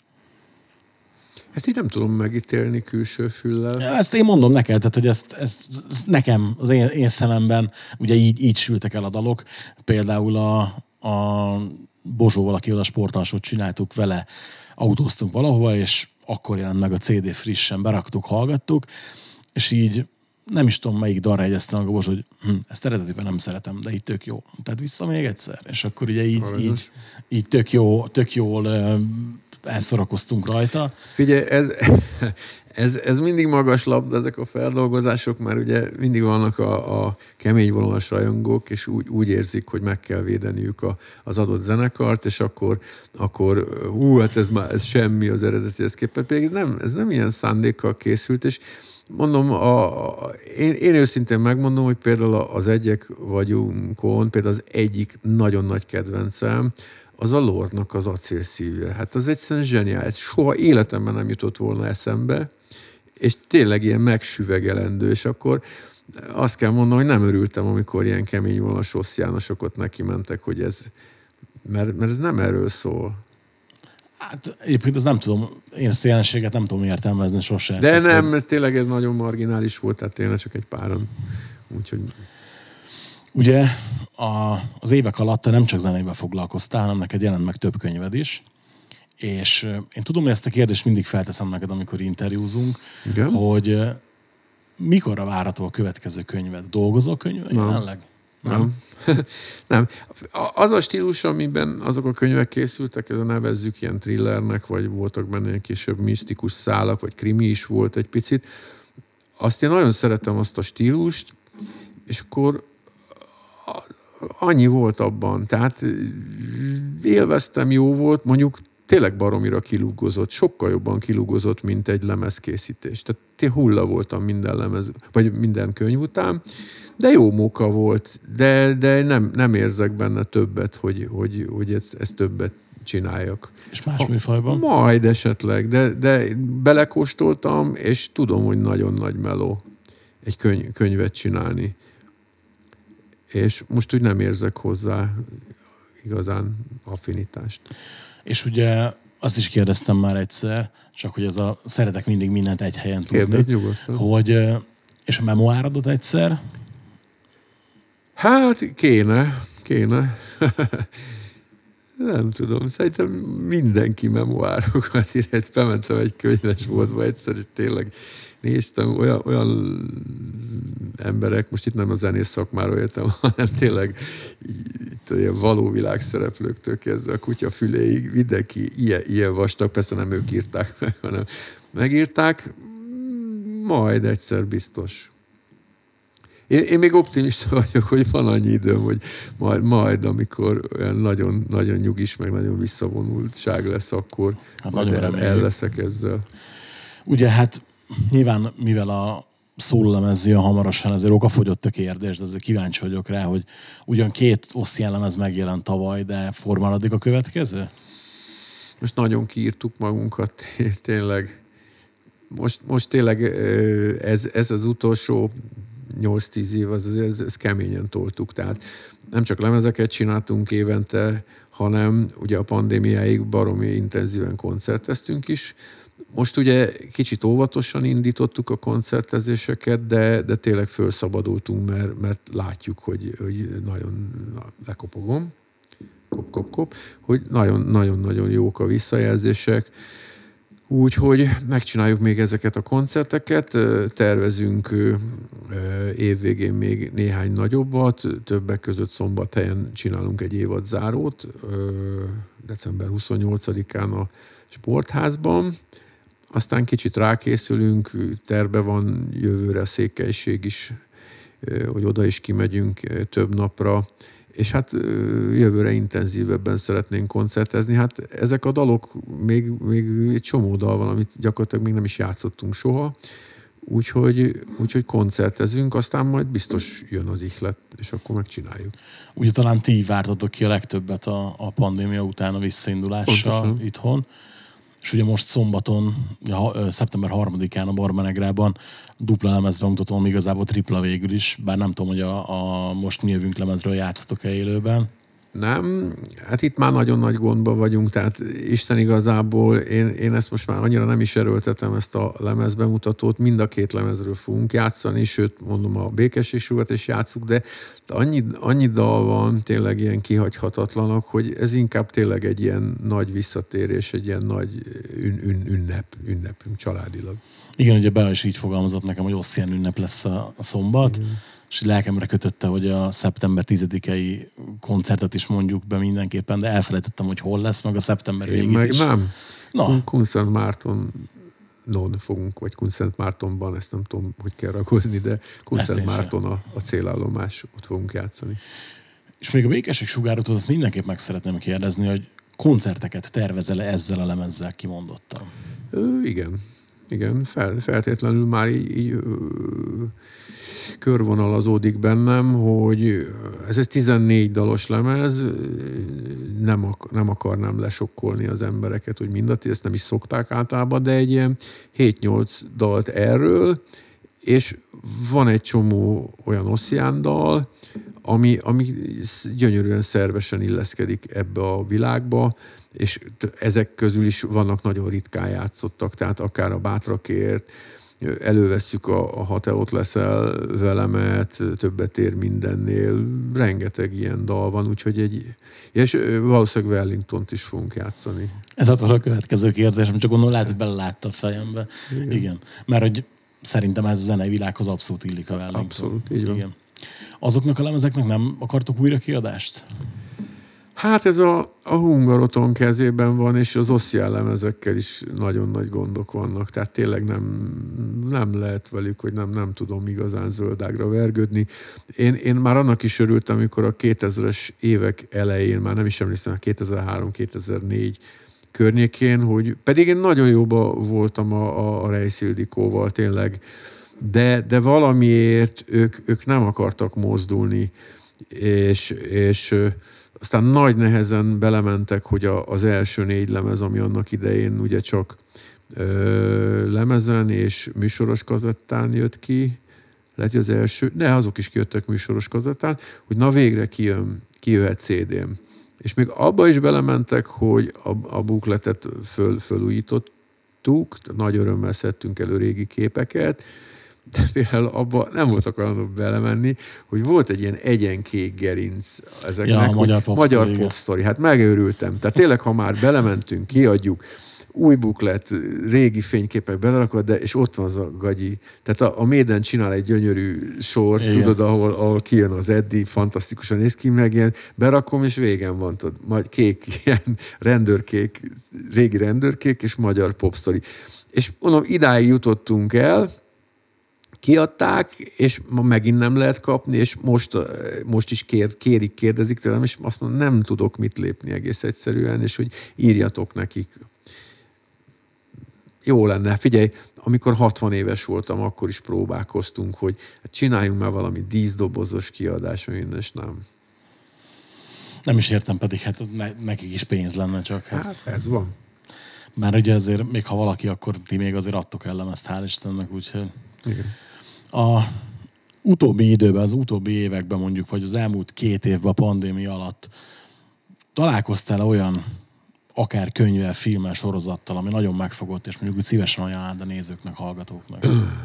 Speaker 3: Ezt így nem tudom megítélni külső füllel.
Speaker 2: Ezt én mondom neked, tehát, hogy ezt, ezt, ezt nekem, az én, én szememben ugye így, így sültek el a dalok. Például a, a Bozsóval, akivel a sportalsót csináltuk vele, autóztunk valahova, és akkor jelent meg a cé dé frissen, beraktuk, hallgattuk, és így nem is tudom, melyik dalra jegyeztem meg a Bozsó, hogy hm, ezt eredetiben nem szeretem, de így tök jó. Tehát vissza még egyszer. És akkor ugye így, így, így tök, jó, tök jól uh, elszorakoztunk rajta.
Speaker 3: Figyelj, ez, ez, ez mindig magas labda, ezek a feldolgozások, mert ugye mindig vannak a, a kemény vonalas rajongók, és úgy, úgy érzik, hogy meg kell védeniük a, az adott zenekart, és akkor, akkor hú, hát ez már ez semmi az eredetihez képest. Pedig nem, ez nem ilyen szándékkal készült, és mondom, a, a, én, én őszintén megmondom, hogy például az Egyek vagyunkon, például az egyik nagyon nagy kedvencem, az a Lordnak az Acélszívje. Hát az egyszerűen zseniális. Soha életemben nem jutott volna eszembe, és tényleg ilyen megsüvegelendő, és akkor azt kell mondanom, hogy nem örültem, amikor ilyen kemény vonalas oszciánosok ott neki mentek, hogy ez, mert, mert ez nem erről szól.
Speaker 2: Hát egyébként ez nem tudom, én ezt a jelenséget nem tudom értelmezni sose.
Speaker 3: De
Speaker 2: tehát,
Speaker 3: nem,
Speaker 2: hogy...
Speaker 3: ez tényleg ez nagyon marginális volt, tehát tényleg csak egy páran. Úgyhogy...
Speaker 2: Ugye a, az évek alatt te nem csak zenével foglalkoztál, hanem neked jelent meg több könyved is. És én tudom, hogy ezt a kérdést mindig felteszem neked, amikor interjúzunk, igen? Hogy mikorra várható a következő könyved? Dolgozol könyvben jelenleg?
Speaker 3: Nem. Nem. Nem. Az a stílus, amiben azok a könyvek készültek, ez a nevezzük ilyen thrillernek, vagy voltak benne ilyen később misztikus szálak, vagy krimi is volt egy picit. Azt én nagyon szeretem, azt a stílust, és akkor annyi volt abban. Tehát élveztem, jó volt, mondjuk tényleg baromira kilúgozott, sokkal jobban kilúgozott, mint egy lemezkészítés. Tehát té hulla voltam minden lemez, vagy minden könyv után, de jó móka volt, de, de nem, nem érzek benne többet, hogy, hogy, hogy ezt, ezt többet csináljak.
Speaker 2: És más műfajban?
Speaker 3: Majd esetleg, de, de belekóstoltam, és tudom, hogy nagyon nagy meló egy könyv, könyvet csinálni. És most úgy nem érzek hozzá igazán affinitást.
Speaker 2: És ugye azt is kérdeztem már egyszer, csak hogy ez a szeretek mindig mindent egy helyen tudni.
Speaker 3: Kérdezz nyugodtan.
Speaker 2: Hogy, és a memoáradot egyszer?
Speaker 3: Hát kéne, kéne. Nem tudom, szerintem mindenki memoárokat írt. Bementem egy könyvesboltba egyszer, és tényleg néztem, olyan, olyan emberek, most itt nem a zenész szakmáról értem, hanem tényleg itt ilyen való világszereplőktől kezdve a kutya füléig, mindenki ilyen, ilyen vastag, persze nem ők írták meg, hanem megírták, majd egyszer biztos. Én, én még optimista vagyok, hogy van annyi időm, hogy majd, majd amikor olyan nagyon, nagyon nyugis, meg nagyon visszavonultság lesz, akkor
Speaker 2: hát
Speaker 3: majd el, el leszek ezzel.
Speaker 2: Ugye hát nyilván, mivel a szólólemez jön hamarosan, ezért okafogyott a kérdés, de azért kíváncsi vagyok rá, hogy ugyan két Ossian lemez megjelent tavaly, de formálódik a következő?
Speaker 3: Most nagyon kiírtuk magunkat, tényleg. Most, most tényleg ez, ez az utolsó nyolc-tíz év, az, ez, ez keményen toltuk. Tehát nem csak lemezeket csináltunk évente, hanem ugye a pandémiáig baromi intenzíven koncerteztünk is. Most ugye kicsit óvatosan indítottuk a koncertezéseket, de, de tényleg felszabadultunk, mert, mert látjuk, hogy, hogy nagyon na, lekopogom, kop, kop, kop, hogy nagyon-nagyon jók a visszajelzések. Úgyhogy megcsináljuk még ezeket a koncerteket, tervezünk évvégén még néhány nagyobbat, többek között Szombathelyen csinálunk egy évadzárót, december huszonnyolcadikán a Sportházban, aztán kicsit rákészülünk, terve van jövőre a Székelység is, hogy oda is kimegyünk több napra, és hát jövőre intenzívebben szeretnénk koncertezni. Hát ezek a dalok, még, még egy csomó dal van, amit gyakorlatilag még nem is játszottunk soha, úgyhogy, úgyhogy koncertezünk, aztán majd biztos jön az ihlet, és akkor megcsináljuk.
Speaker 2: Ugye talán ti vártatok ki a legtöbbet a, a pandémia után a visszaindulással Pontosan. Itthon. És ugye most szombaton, szeptember harmadikán a Barmenegrában dupla lemezbemutatón, igazából tripla végül is, bár nem tudom, hogy a, a most mi jövünk lemezről játszatok-e élőben.
Speaker 3: Nem, hát itt már nagyon nagy gondban vagyunk, tehát Isten igazából én, én ezt most már annyira nem is erőltetem, ezt a lemezbemutatót, mind a két lemezről fogunk játszani, sőt mondom a Békességsugat is játsszuk, de annyi, annyi dal van tényleg ilyen kihagyhatatlanok, hogy ez inkább tényleg egy ilyen nagy visszatérés, egy ilyen nagy ün, ün, ünnep, ünnepünk családilag.
Speaker 2: Igen, ugye Bea is így fogalmazott nekem, hogy Ossian ünnep lesz a, a szombat, igen. És lelkemre kötötte, hogy a szeptember tizedikei koncertet is mondjuk be mindenképpen, de elfelejtettem, hogy hol lesz, meg a szeptember végét
Speaker 3: meg
Speaker 2: is.
Speaker 3: nem.
Speaker 2: Na.
Speaker 3: Kunszent Mártonon fogunk, vagy Kunszent Mártonban, ezt nem tudom, hogy kell ragozni, de Kunszent Márton a, a célállomás, ott fogunk játszani.
Speaker 2: És még a Békesség-sugárothoz azt mindenképp meg szeretném kérdezni, hogy koncerteket tervezel-e ezzel a lemezzel, kimondottam?
Speaker 3: Ö, igen. Igen, fel, feltétlenül már így, így ö, körvonalazódik bennem, hogy ez egy tizennégy dalos lemez, nem, ak- nem akarnám lesokkolni az embereket, hogy mindat, ezt nem is szokták általában, de egy ilyen hét-nyolc dalt erről, és van egy csomó olyan Ossian dal, ami, ami gyönyörűen szervesen illeszkedik ebbe a világba, és ezek közül is vannak nagyon ritkán játszottak, tehát akár a Bátrakért, elővesszük a, a Ha te ott leszel velemet, többet ér mindennél, rengeteg ilyen dal van, úgyhogy egy, és valószínűleg Wellingtont is fogunk játszani.
Speaker 2: Ez az a következő kérdésem, csak gondolom, lehet, hogy belelátta a fejembe. Igen. Igen. Mert hogy szerintem ez a zenei világhoz abszolút illik a Wellington.
Speaker 3: Abszolút, így van.
Speaker 2: Igen. Azoknak a lemezeknek nem akartok újra kiadást?
Speaker 3: Hát ez a, a Hungaroton kezében van, és az Ossian lemezekkel is nagyon nagy gondok vannak, tehát tényleg nem, nem lehet velük, hogy nem, nem tudom igazán zöldágra vergődni. Én, én már annak is örültem, amikor a kétezres évek elején, már nem is emlékszem, kétezer-három kétezer-négy környékén, hogy pedig én nagyon jóban voltam a, a, a Reis Ildikóval tényleg, de, de valamiért ők, ők nem akartak mozdulni, és, és aztán nagy nehezen belementek, hogy a, az első négy lemez, ami annak idején ugye csak ö, lemezen és műsoros kazettán jött ki, lehet, hogy az első, ne, azok is kijöttek műsoros kazettán, hogy na végre kijön, kijöhet cé dén. És még abba is belementek, hogy a, a bukletet föl, fölújítottuk, nagy örömmel szedtünk elő régi képeket, de például abba nem voltak olyanok belemenni, hogy volt egy ilyen egyenkék gerinc ezeknek,
Speaker 2: ja, magyar
Speaker 3: magyar popsztori. Hát megőrültem. Tehát tényleg, ha már belementünk, kiadjuk, új buklet, régi fényképek belerakva, de és ott van az a gagyi. Tehát a, a Maiden csinál egy gyönyörű sort, igen. Tudod, ahol, ahol kijön az Eddie, fantasztikusan néz ki, meg ilyen, berakom, és végen van, tudod, majd kék, ilyen rendőrkék, régi rendőrkék, és magyar popsztori. És mondom, idáig jutottunk el, kiadták, és ma megint nem lehet kapni, és most, most is kér, kérik, kérdezik tőlem, és azt mondom, nem tudok mit lépni egész egyszerűen, és hogy írjatok nekik. Jó lenne. Figyelj, amikor hatvan éves voltam, akkor is próbálkoztunk, hogy hát csináljunk már valami díszdobozos kiadás, minden, és nem.
Speaker 2: Nem is értem, pedig hát ne, nekik is pénz lenne csak. Hát,
Speaker 3: hát ez van.
Speaker 2: Mert ugye azért, még ha valaki, akkor ti még azért adtok el lemezt, hál' Istennek, úgyhogy...
Speaker 3: Igen.
Speaker 2: A utóbbi időben, az utóbbi években mondjuk, vagy az elmúlt két évben a pandémia alatt találkoztál olyan akár könyvvel, filmmel, sorozattal, ami nagyon megfogott, és mondjuk úgy szívesen ajánlod a nézőknek, hallgatóknak?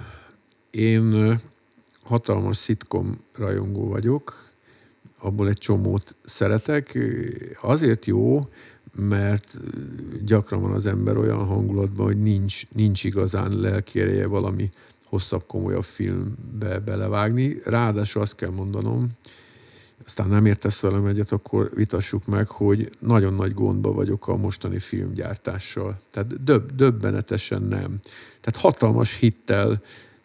Speaker 3: Én hatalmas szitkom rajongó vagyok, abból egy csomót szeretek. Azért jó, mert gyakran van az ember olyan hangulatban, hogy nincs, nincs igazán lelkiereje valami hosszabb, komolyabb filmbe belevágni. Ráadásul azt kell mondanom, aztán nem értesz velem egyet, akkor vitassuk meg, hogy nagyon nagy gondba vagyok a mostani filmgyártással. Tehát döb, döbbenetesen nem. Tehát hatalmas hittel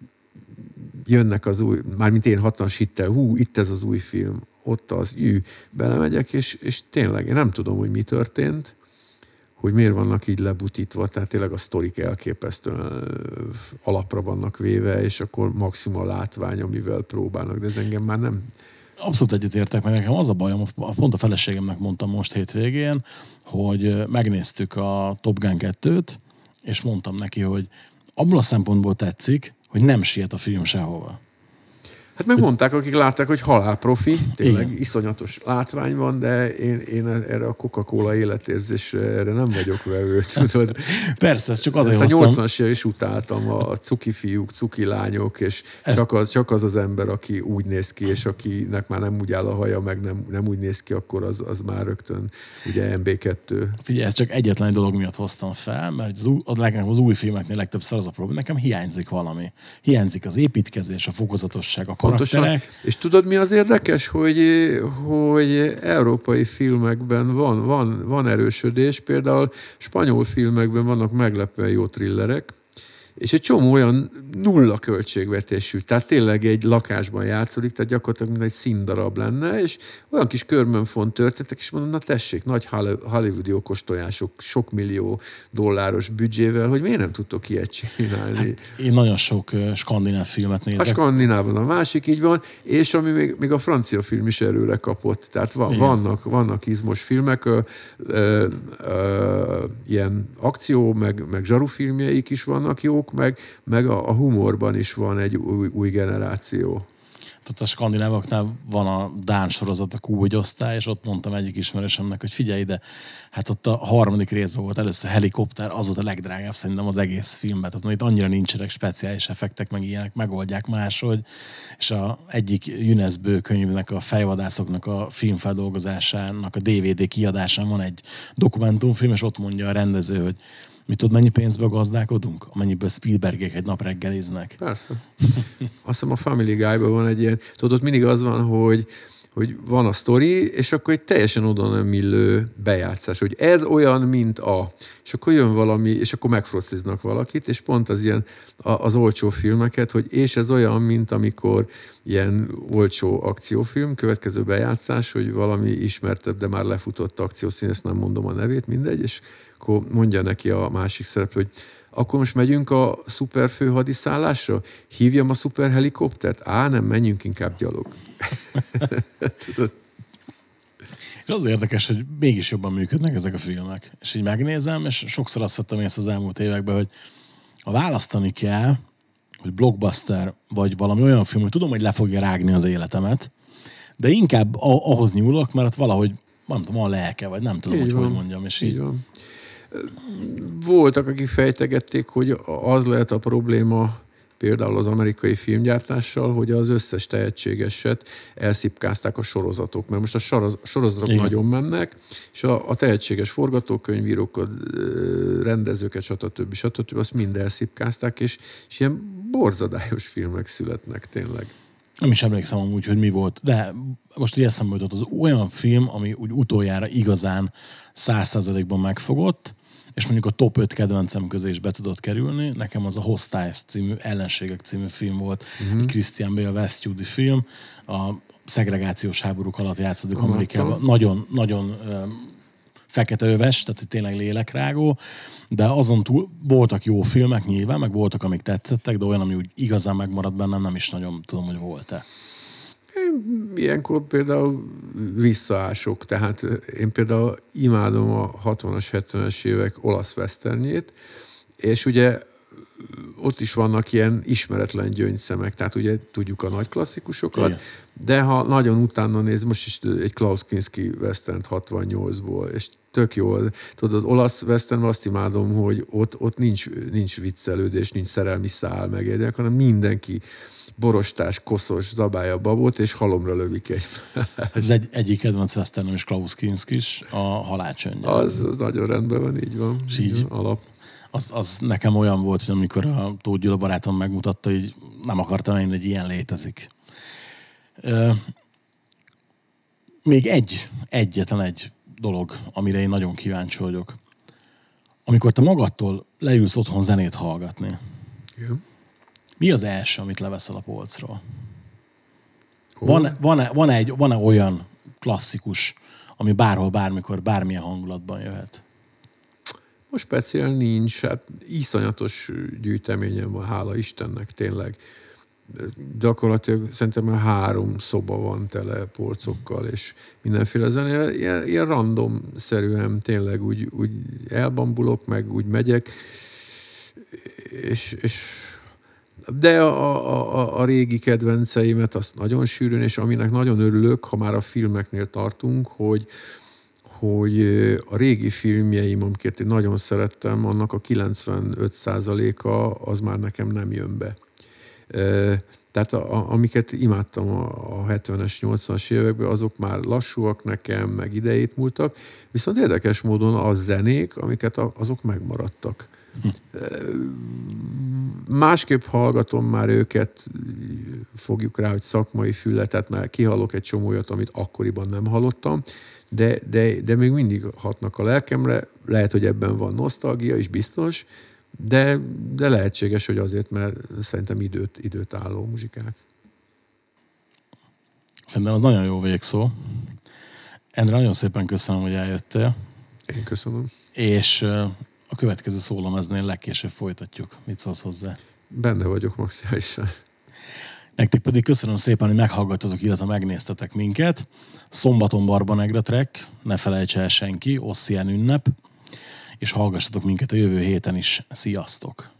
Speaker 3: jönnek az új, mármint én hatalmas hittel, hú, itt ez az új film, ott az, ű, belemegyek, és, és tényleg én nem tudom, hogy mi történt, hogy miért vannak így lebutítva, tehát tényleg a sztorik elképesztően alapra vannak véve, és akkor maximum a látvány, amivel próbálnak, de ez engem már nem...
Speaker 2: Abszolút egyetértek, mert nekem az a bajom, pont a feleségemnek mondtam most hétvégén, hogy megnéztük a Top Gun kettőt, és mondtam neki, hogy abból a szempontból tetszik, hogy nem siet a film sehova.
Speaker 3: Hát megmondták, akik látták, hogy halálprofi, tényleg igen. Iszonyatos látvány van, de én, én erre a Coca-Cola életérzésre erre nem vagyok vevő, tudod.
Speaker 2: Persze, ez csak azért
Speaker 3: hoztam. Ezt a nyolcvanas is utáltam, a cuki fiúk, cuki lányok, és ezt... csak, az, csak az az ember, aki úgy néz ki, és akinek már nem úgy áll a haja, meg nem, nem úgy néz ki, akkor az, az már rögtön ugye em bé kettő.
Speaker 2: Figyelj, ez csak egyetlen dolog miatt hoztam fel, mert az új, az új filmeknél legtöbbször az a probléma, nekem hiányzik valami. Hiányzik az építkezés, a fokozatosság, a
Speaker 3: pontosan. És tudod, mi az érdekes, hogy, hogy európai filmekben van, van, van erősödés, például spanyol filmekben vannak meglepően jó thrillerek, és egy csomó olyan nulla költségvetésű, tehát tényleg egy lakásban játszódik, tehát gyakorlatilag mint egy színdarab lenne, és olyan kis körmönfont történtek, és mondom, na tessék, nagy hollywoodi okostojások, sok millió dolláros büdzsével, hogy miért nem tudtok ilyet csinálni? Hát
Speaker 2: én nagyon sok uh, skandináv filmet nézek.
Speaker 3: A skandinávban a másik, így van, és ami még, még a francia film is erőre kapott, tehát va, vannak, vannak izmos filmek, ö, ö, ö, ilyen akció, meg, meg zsarufilmjeik is vannak jók, meg, meg a, a humorban is van egy új, új generáció.
Speaker 2: Tehát a skandinávoknál van a dán sorozat, a Q egy osztály, és ott mondtam egyik ismerősömnek, hogy figyelj ide, hát ott a harmadik részben volt először helikopter, az volt a legdrágább szerintem az egész filmben. Tehát itt annyira nincsenek speciális effektek, meg ilyenek, megoldják máshogy. És a egyik UNESCO könyvnek, a fejvadászoknak a filmfeldolgozásának a dé vé dé kiadásán van egy dokumentumfilm, és ott mondja a rendező, hogy mi tudod, mennyi pénzből gazdálkodunk? Amennyiből Spielbergék egy nap reggeliznek.
Speaker 3: Persze. Azt hiszem a Family Guy-ban van egy ilyen, tudod, mindig az van, hogy hogy van a sztori, és akkor egy teljesen oda nem illő bejátszás, hogy ez olyan, mint a... És akkor jön valami, és akkor megfrociznak valakit, és pont az ilyen az olcsó filmeket, hogy és ez olyan, mint amikor ilyen olcsó akciófilm, következő bejátszás, hogy valami ismertebb, de már lefutott akciószínész, nem mondom a nevét, mindegy, és akkor mondja neki a másik szereplő, hogy akkor most megyünk a szuper főhadiszállásra? Hívjam a szuper helikoptert? Á, nem, menjünk inkább gyalog.
Speaker 2: És az érdekes, hogy mégis jobban működnek ezek a filmek. És így megnézem, és sokszor azt vettem észre az elmúlt években, hogy ha választani kell, hogy blockbuster, vagy valami olyan film, hogy tudom, hogy le fogja rágni az életemet, de inkább ahhoz nyúlok, mert valahogy nem tudom, a lelke, vagy nem tudom, így hogy van. Hogy mondjam. És így...
Speaker 3: így van. Voltak, akik fejtegették, hogy az lehet a probléma például az amerikai filmgyártással, hogy az összes tehetségeset elszipkázták a sorozatok, mert most a sorozatok igen. nagyon mennek, és a, a tehetséges forgatókönyvírókat, rendezőket, stb. stb. Azt mind elszipkázták, és, és ilyen borzadályos filmek születnek tényleg.
Speaker 2: Nem is emlékszem amúgy, hogy mi volt, de most így eszembe jutott az olyan film, ami úgy utoljára igazán száz százalékban megfogott, és mondjuk a top öt kedvencem közé is be tudott kerülni. Nekem az a Hostiles című, Ellenségek című film volt, uh-huh. egy Christian Bale Westwoodi film, a szegregációs háborúk alatt játszódik uh-huh. Amerikában. Nagyon, nagyon um, feketeöves, tehát tényleg lélekrágó, de azon túl voltak jó filmek nyilván, meg voltak, amik tetszettek, de olyan, ami úgy igazán megmaradt bennem, nem is nagyon tudom, hogy volt-e.
Speaker 3: Ilyenkor például visszaások, tehát én például imádom a hatvanas, hetvenes évek olasz westernjét, és ugye ott is vannak ilyen ismeretlen gyöngyszemek, tehát ugye tudjuk a nagy klasszikusokat, igen. de ha nagyon utána néz, most is egy Klaus Kinski western hatvannyolcból, és tök jó. Tudod, az olasz westernben azt imádom, hogy ott, ott nincs, nincs viccelődés, nincs szerelmi szál meg egyek, hanem mindenki borostás, koszos, zabálja a babot, és halomra lövik egy.
Speaker 2: Ez egy, egyik kedvenc westernem is Klaus Kinski is, a Halálcsöndje.
Speaker 3: Az, az nagyon rendben van, így van.
Speaker 2: És így,
Speaker 3: alap.
Speaker 2: Az, az nekem olyan volt, hogy amikor a Tóth Gyula barátom megmutatta, hogy nem akartam én, hogy ilyen létezik. Ö, még egy, egyetlen egy dolog, amire én nagyon kíváncsi vagyok. Amikor te magadtól leülsz otthon zenét hallgatni,
Speaker 3: igen.
Speaker 2: mi az első, amit leveszel a polcról? Van-e, van-e, van-e, egy, van-e olyan klasszikus, ami bárhol, bármikor, bármilyen hangulatban jöhet?
Speaker 3: Most speciál nincs, hát iszonyatos gyűjteményem van, hála Istennek, tényleg. Gyakorlatilag szerintem már három szoba van tele polcokkal, és mindenféle zene, ilyen, ilyen random-szerűen tényleg úgy, úgy elbambulok, meg úgy megyek, és, és de a, a, a régi kedvenceimet azt nagyon sűrűn, és aminek nagyon örülök, ha már a filmeknél tartunk, hogy hogy a régi filmjeim, amiket én nagyon szerettem, annak a kilencvenöt százaléka az már nekem nem jön be. Tehát a, a, amiket imádtam a, a hetvenes, nyolcvanas években, azok már lassúak nekem, meg idejét múltak, viszont érdekes módon a zenék, amiket a, azok megmaradtak. Hm. Másképp hallgatom már őket, fogjuk rá, hogy szakmai füllet, tehát már kihallok egy csomó olyat, amit akkoriban nem hallottam, de, de, de még mindig hatnak a lelkemre, lehet, hogy ebben van nosztalgia is biztos, de, de lehetséges, hogy azért, mert szerintem időt, időt álló muzsikák.
Speaker 2: Szerintem az nagyon jó végszó. Endre, nagyon szépen köszönöm, hogy eljöttél.
Speaker 3: Én köszönöm.
Speaker 2: És a következő szólameznél legkésőbb folytatjuk. Mit szólsz hozzá?
Speaker 3: Benne vagyok maximálisan.
Speaker 2: Nektek pedig köszönöm szépen, hogy meghallgattatok, illetve megnéztetek minket. Szombaton Barbanegre Trek, ne felejtse el senki, Ossian ünnep, és hallgassatok minket a jövő héten is. Sziasztok!